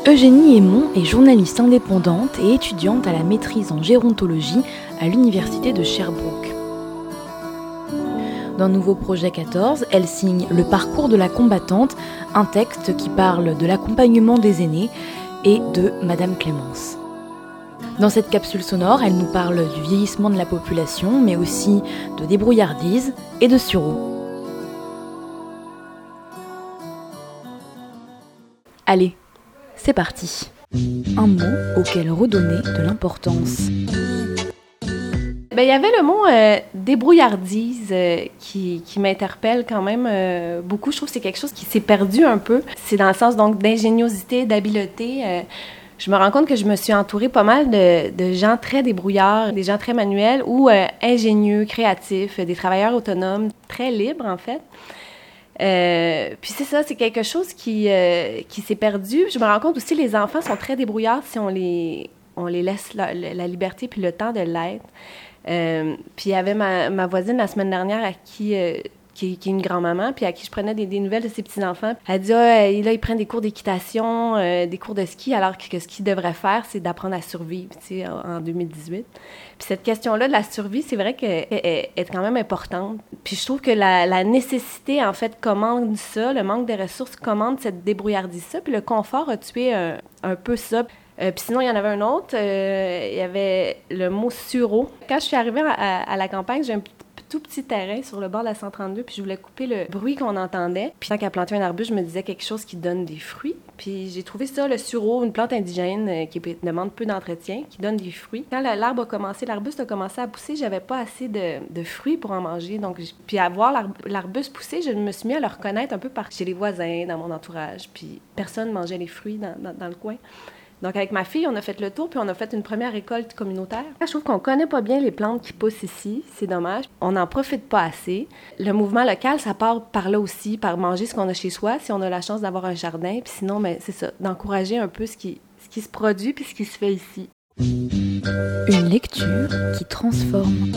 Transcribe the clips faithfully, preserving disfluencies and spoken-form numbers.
Eugénie Aymon est journaliste indépendante et étudiante à la maîtrise en gérontologie à l'université de Sherbrooke. Dans Nouveau Projet quatorze, elle signe Le parcours de la combattante, un texte qui parle de l'accompagnement des aînés et de Madame Clémence. Dans cette capsule sonore, elle nous parle du vieillissement de la population, mais aussi de débrouillardise et de sureau. Allez, c'est parti. Un mot auquel redonner de l'importance. Ben, il y avait le mot euh, débrouillardise euh, qui, qui m'interpelle quand même euh, beaucoup. Je trouve que c'est quelque chose qui s'est perdu un peu. C'est dans le sens donc d'ingéniosité, d'habileté. Euh, je me rends compte que je me suis entourée pas mal de, de gens très débrouillards, des gens très manuels ou euh, ingénieux, créatifs, des travailleurs autonomes, très libres en fait. Euh, puis c'est ça, c'est quelque chose qui, euh, qui s'est perdu. Je me rends compte aussi que les enfants sont très débrouillards si on les, on les laisse la, la liberté puis le temps de l'être. Euh, puis il y avait ma, ma voisine la semaine dernière à qui, euh, qui, qui est une grand-maman, puis à qui je prenais des, des nouvelles de ses petits-enfants. Elle dit, ah, là, ils prennent des cours d'équitation, euh, des cours de ski, alors que, que ce qu'ils devraient faire, c'est d'apprendre à survivre, tu sais, en, en deux mille dix-huit. Puis cette question-là de la survie, c'est vrai qu'elle est, est quand même importante. Puis je trouve que la, la nécessité, en fait, commande ça, le manque de ressources commande cette débrouillardise ça, puis le confort a tué un, un peu ça. Euh, puis sinon, il y en avait un autre, euh, il y avait le mot sureau. Quand je suis arrivée à, à, à la campagne, j'ai un p- tout petit terrain sur le bord de la cent trente-deux, puis je voulais couper le bruit qu'on entendait. Puis tant qu'à planter un arbuste, je me disais quelque chose qui donne des fruits. Puis j'ai trouvé ça, le sureau, une plante indigène euh, qui demande peu d'entretien, qui donne des fruits. Quand le, l'arbre a commencé, l'arbuste a commencé à pousser, j'avais pas assez de, de fruits pour en manger. Donc, puis à voir l'ar- l'arbuste pousser, je me suis mis à le reconnaître un peu par chez les voisins, dans mon entourage. Puis personne mangeait les fruits dans, dans, dans le coin. Donc, avec ma fille, on a fait le tour, puis on a fait une première récolte communautaire. Je trouve qu'on connaît pas bien les plantes qui poussent ici, c'est dommage. On n'en profite pas assez. Le mouvement local, ça part par là aussi, par manger ce qu'on a chez soi, si on a la chance d'avoir un jardin. Puis sinon, ben, c'est ça, d'encourager un peu ce qui, ce qui se produit puis ce qui se fait ici. Une lecture qui transforme.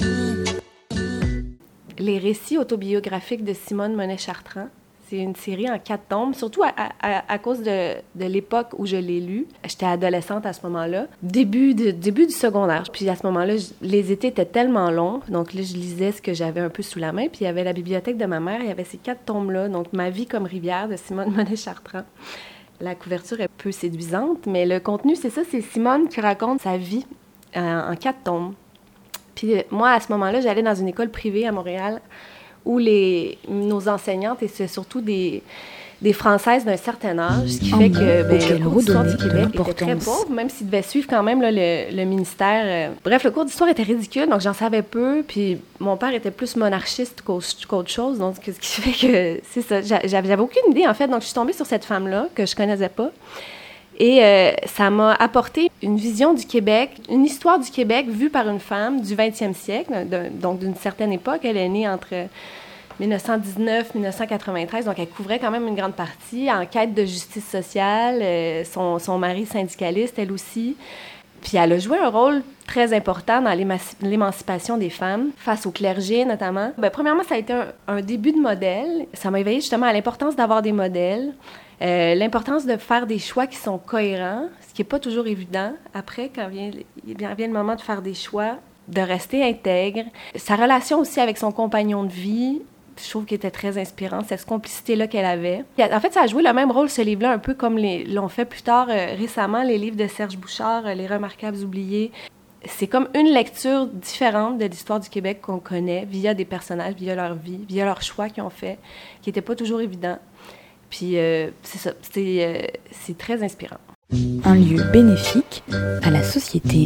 Les récits autobiographiques de Simone Monet-Chartrand. C'est une série en quatre tomes, surtout à, à, à cause de, de l'époque où je l'ai lu. J'étais adolescente à ce moment-là, début, de, début du secondaire. Puis à ce moment-là, je, les étés étaient tellement longs, donc là, je lisais ce que j'avais un peu sous la main. Puis il y avait la bibliothèque de ma mère, il y avait ces quatre tomes-là, donc Ma vie comme rivière de Simone Monet-Chartrand. La couverture est peu séduisante, mais le contenu, c'est ça, c'est Simone qui raconte sa vie en, en quatre tomes. Puis moi, à ce moment-là, j'allais dans une école privée à Montréal, où les, nos enseignantes, et c'est surtout des, des Françaises d'un certain âge, ce qui fait que ben, le cours d'histoire du Québec était très pauvre, même s'il devait suivre quand même là, le, le ministère. Euh... Bref, le cours d'histoire était ridicule, donc j'en savais peu, puis mon père était plus monarchiste qu'autre chose, donc ce qui fait que, c'est ça, j'avais, j'avais aucune idée, en fait, donc je suis tombée sur cette femme-là, que je connaissais pas. Et euh, ça m'a apporté une vision du Québec, une histoire du Québec vue par une femme du vingtième siècle, de, donc d'une certaine époque. Elle est née entre dix-neuf cent dix-neuf dix-neuf cent quatre-vingt-treize, donc elle couvrait quand même une grande partie, en quête de justice sociale, euh, son, son mari syndicaliste, elle aussi. Puis elle a joué un rôle très important dans l'émancipation des femmes, face au clergé notamment. Bien, premièrement, ça a été un, un début de modèle. Ça m'a éveillée justement à l'importance d'avoir des modèles. Euh, l'importance de faire des choix qui sont cohérents, ce qui n'est pas toujours évident. Après, quand vient, vient, vient le moment de faire des choix, de rester intègre. Sa relation aussi avec son compagnon de vie, je trouve qu'elle était très inspirante, cette complicité-là qu'elle avait. En fait, ça a joué le même rôle, ce livre-là, un peu comme les, l'ont fait plus tard euh, récemment, les livres de Serge Bouchard, euh, Les Remarquables oubliés. C'est comme une lecture différente de l'histoire du Québec qu'on connaît, via des personnages, via leur vie, via leurs choix qu'ils ont faits, qui n'étaient pas toujours évidents. Puis euh, c'est ça, c'est, euh, c'est très inspirant. Un lieu bénéfique à la société.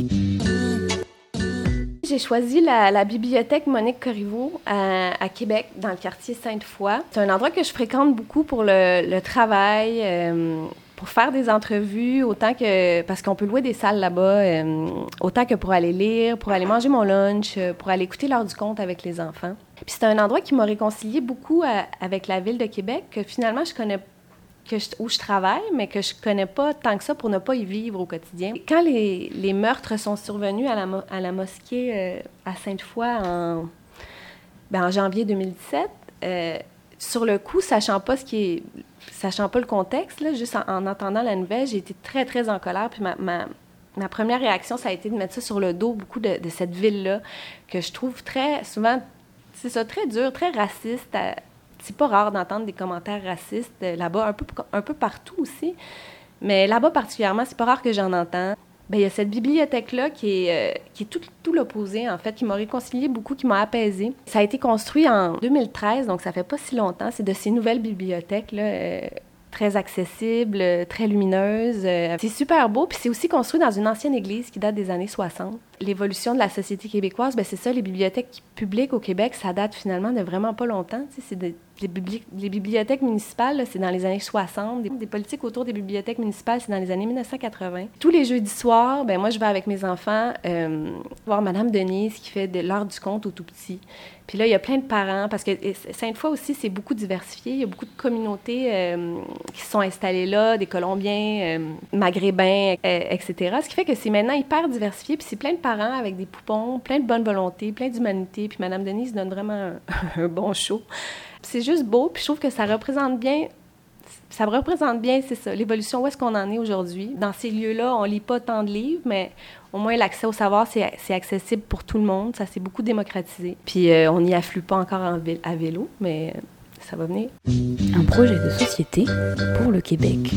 J'ai choisi la, la bibliothèque Monique Corriveau à, à Québec, dans le quartier Sainte-Foy. C'est un endroit que je fréquente beaucoup pour le, le travail, euh, pour faire des entrevues, autant que... parce qu'on peut louer des salles là-bas, euh, autant que pour aller lire, pour aller manger mon lunch, pour aller écouter l'heure du conte avec les enfants. Puis c'est un endroit qui m'a réconcilié beaucoup à, avec la ville de Québec, que finalement je connais que je, où je travaille, mais que je connais pas tant que ça pour ne pas y vivre au quotidien. Quand les, les meurtres sont survenus à la, à la mosquée euh, à Sainte-Foy en, ben en janvier deux mille dix-sept, euh, sur le coup, sachant pas ce qui est sachant pas le contexte, là, juste en, en entendant la nouvelle, j'ai été très, très en colère. Puis ma, ma, ma première réaction, ça a été de mettre ça sur le dos beaucoup de, de cette ville-là, que je trouve très, souvent, c'est ça, très dur, très raciste. À, c'est pas rare d'entendre des commentaires racistes là-bas, un peu, un peu partout aussi. Mais là-bas particulièrement, c'est pas rare que j'en entends. Bien, il y a cette bibliothèque-là qui est, euh, qui est tout, tout l'opposé, en fait, qui m'a réconciliée beaucoup, qui m'a apaisée. Ça a été construit en deux mille treize, donc ça fait pas si longtemps. C'est de ces nouvelles bibliothèques-là, euh, très accessibles, très lumineuses. Euh, c'est super beau, puis c'est aussi construit dans une ancienne église qui date des années soixante. L'évolution de la société québécoise, bien, c'est ça, les bibliothèques publiques au Québec, ça date finalement de vraiment pas longtemps. Tu sais, c'est de, les, bibli- les bibliothèques municipales, là, c'est dans les années soixante. Des, des politiques autour des bibliothèques municipales, c'est dans les années dix-neuf cent quatre-vingts. Tous les jeudis soirs, ben moi, je vais avec mes enfants euh, voir Madame Denise qui fait de l'heure du conte aux tout-petits. Puis là, il y a plein de parents, parce que Sainte-Foy aussi, c'est beaucoup diversifié. Il y a beaucoup de communautés euh, qui se sont installées là, des Colombiens, euh, Maghrébins, euh, et cetera. Ce qui fait que c'est maintenant hyper diversifié, puis c'est plein de parents avec des poupons, plein de bonne volonté, plein d'humanité. Puis Madame Denise donne vraiment un, un bon show. Puis c'est juste beau, puis je trouve que ça représente bien... Ça représente bien, c'est ça, l'évolution, où est-ce qu'on en est aujourd'hui. Dans ces lieux-là, on ne lit pas tant de livres, mais au moins l'accès au savoir, c'est, c'est accessible pour tout le monde. Ça s'est beaucoup démocratisé. Puis euh, on n'y afflue pas encore en vé- à vélo, mais euh, ça va venir. Un projet de société pour le Québec.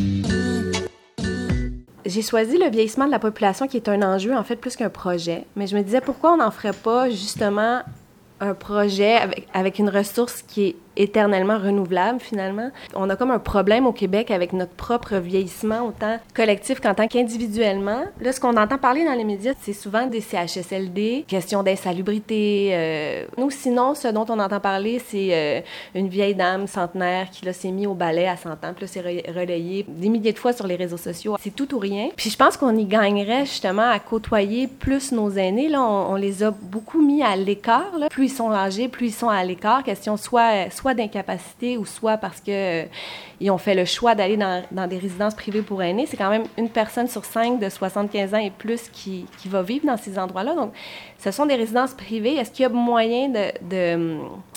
J'ai choisi le vieillissement de la population, qui est un enjeu, en fait, plus qu'un projet. Mais je me disais, pourquoi on n'en ferait pas, justement, un projet avec, avec une ressource qui est éternellement renouvelable, finalement. On a comme un problème au Québec avec notre propre vieillissement, autant collectif qu'en tant qu'individuellement. Là, ce qu'on entend parler dans les médias, c'est souvent des C H S L D, question d'insalubrité. Euh... Nous, sinon, ce dont on entend parler, c'est euh, une vieille dame centenaire qui, là, s'est mise au balai à cent ans, puis là, c'est relayé des milliers de fois sur les réseaux sociaux. C'est tout ou rien. Puis je pense qu'on y gagnerait, justement, à côtoyer plus nos aînés. Là, on, on les a beaucoup mis à l'écart, là. Plus ils sont âgés, plus ils sont à l'écart. Question soit, soit d'incapacité ou soit parce qu'ils euh, ont fait le choix d'aller dans, dans des résidences privées pour aînés. C'est quand même une personne sur cinq de soixante-quinze ans et plus qui, qui va vivre dans ces endroits-là. Donc, ce sont des résidences privées. Est-ce qu'il y a moyen de, de,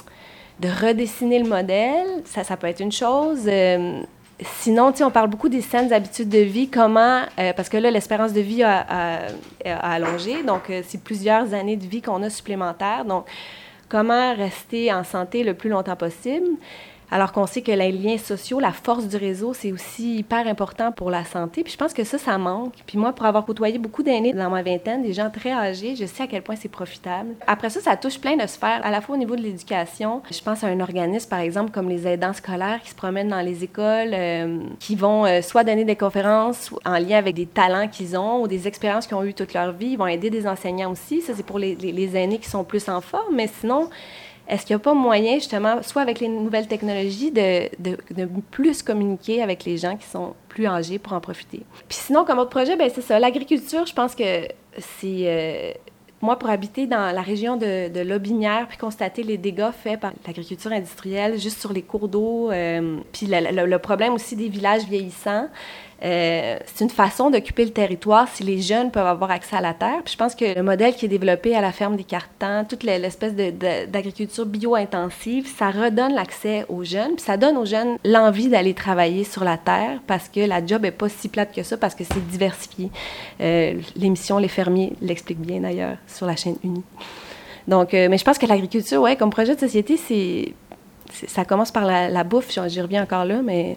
de redessiner le modèle? Ça, ça peut être une chose. Euh, Sinon, tu sais, on parle beaucoup des saines habitudes de vie. Comment, euh, parce que là, l'espérance de vie a, a, a allongé, donc euh, c'est plusieurs années de vie qu'on a supplémentaires. Donc, comment rester en santé le plus longtemps possible, alors qu'on sait que les liens sociaux, la force du réseau, c'est aussi hyper important pour la santé. Puis je pense que ça, ça manque. Puis moi, pour avoir côtoyé beaucoup d'aînés dans ma vingtaine, des gens très âgés, je sais à quel point c'est profitable. Après ça, ça touche plein de sphères, à la fois au niveau de l'éducation. Je pense à un organisme, par exemple, comme les aidants scolaires qui se promènent dans les écoles, euh, qui vont euh, soit donner des conférences en lien avec des talents qu'ils ont ou des expériences qu'ils ont eues toute leur vie. Ils vont aider des enseignants aussi. Ça, c'est pour les, les, les aînés qui sont plus en forme. Mais sinon... Est-ce qu'il n'y a pas moyen, justement, soit avec les nouvelles technologies, de, de, de plus communiquer avec les gens qui sont plus âgés pour en profiter? Puis sinon, comme autre projet, bien, c'est ça. L'agriculture, je pense que c'est... Euh, moi, pour habiter dans la région de, de Lotbinière, puis constater les dégâts faits par l'agriculture industrielle, juste sur les cours d'eau, euh, puis le, le, le problème aussi des villages vieillissants, Euh, c'est une façon d'occuper le territoire si les jeunes peuvent avoir accès à la terre. Puis je pense que le modèle qui est développé à la ferme des Cartans, toute l'espèce de, de, d'agriculture bio-intensive, ça redonne l'accès aux jeunes, puis ça donne aux jeunes l'envie d'aller travailler sur la terre parce que la job n'est pas si plate que ça, parce que c'est diversifié. Euh, l'émission Les Fermiers l'explique bien d'ailleurs sur la chaîne Unie. Donc, euh, mais je pense que l'agriculture, ouais, comme projet de société, c'est, c'est ça commence par la, la bouffe, j'y reviens encore là, mais...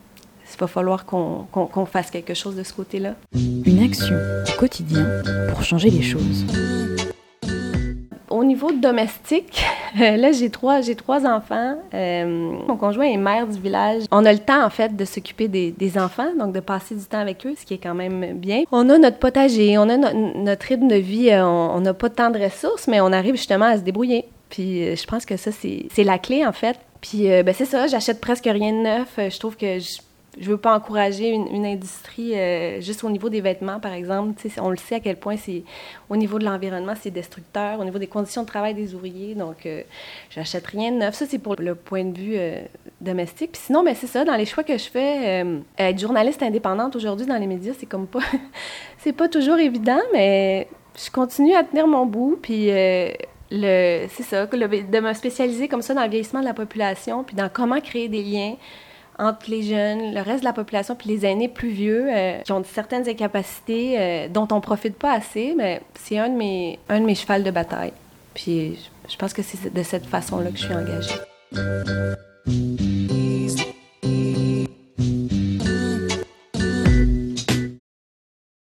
il va falloir qu'on, qu'on, qu'on fasse quelque chose de ce côté-là. Une action au quotidien pour changer les choses. Au niveau domestique, euh, là, j'ai trois, j'ai trois enfants. Euh, mon conjoint est maire du village. On a le temps, en fait, de s'occuper des, des enfants, donc de passer du temps avec eux, ce qui est quand même bien. On a notre potager, on a no- notre rythme de vie. Euh, on n'a pas tant de ressources, mais on arrive justement à se débrouiller. Puis euh, je pense que ça, c'est, c'est la clé, en fait. Puis, euh, ben, c'est ça, j'achète presque rien de neuf. Je trouve que... Je, Je veux pas encourager une, une industrie euh, juste au niveau des vêtements, par exemple. Tu sais, on le sait à quel point c'est au niveau de l'environnement, c'est destructeur, au niveau des conditions de travail des ouvriers. Donc, euh, j'achète rien de neuf. Ça, c'est pour le point de vue euh, domestique. Puis sinon, ben, c'est ça, dans les choix que je fais, euh, être journaliste indépendante aujourd'hui dans les médias, c'est comme pas... c'est pas toujours évident, mais je continue à tenir mon bout. Puis... Euh, le, c'est ça, le, de me spécialiser comme ça dans le vieillissement de la population, puis dans comment créer des liens entre les jeunes, le reste de la population, puis les aînés plus vieux, euh, qui ont certaines incapacités euh, dont on profite pas assez, mais c'est un de mes, un de mes chevals de bataille. Puis je pense que c'est de cette façon-là que je suis engagée.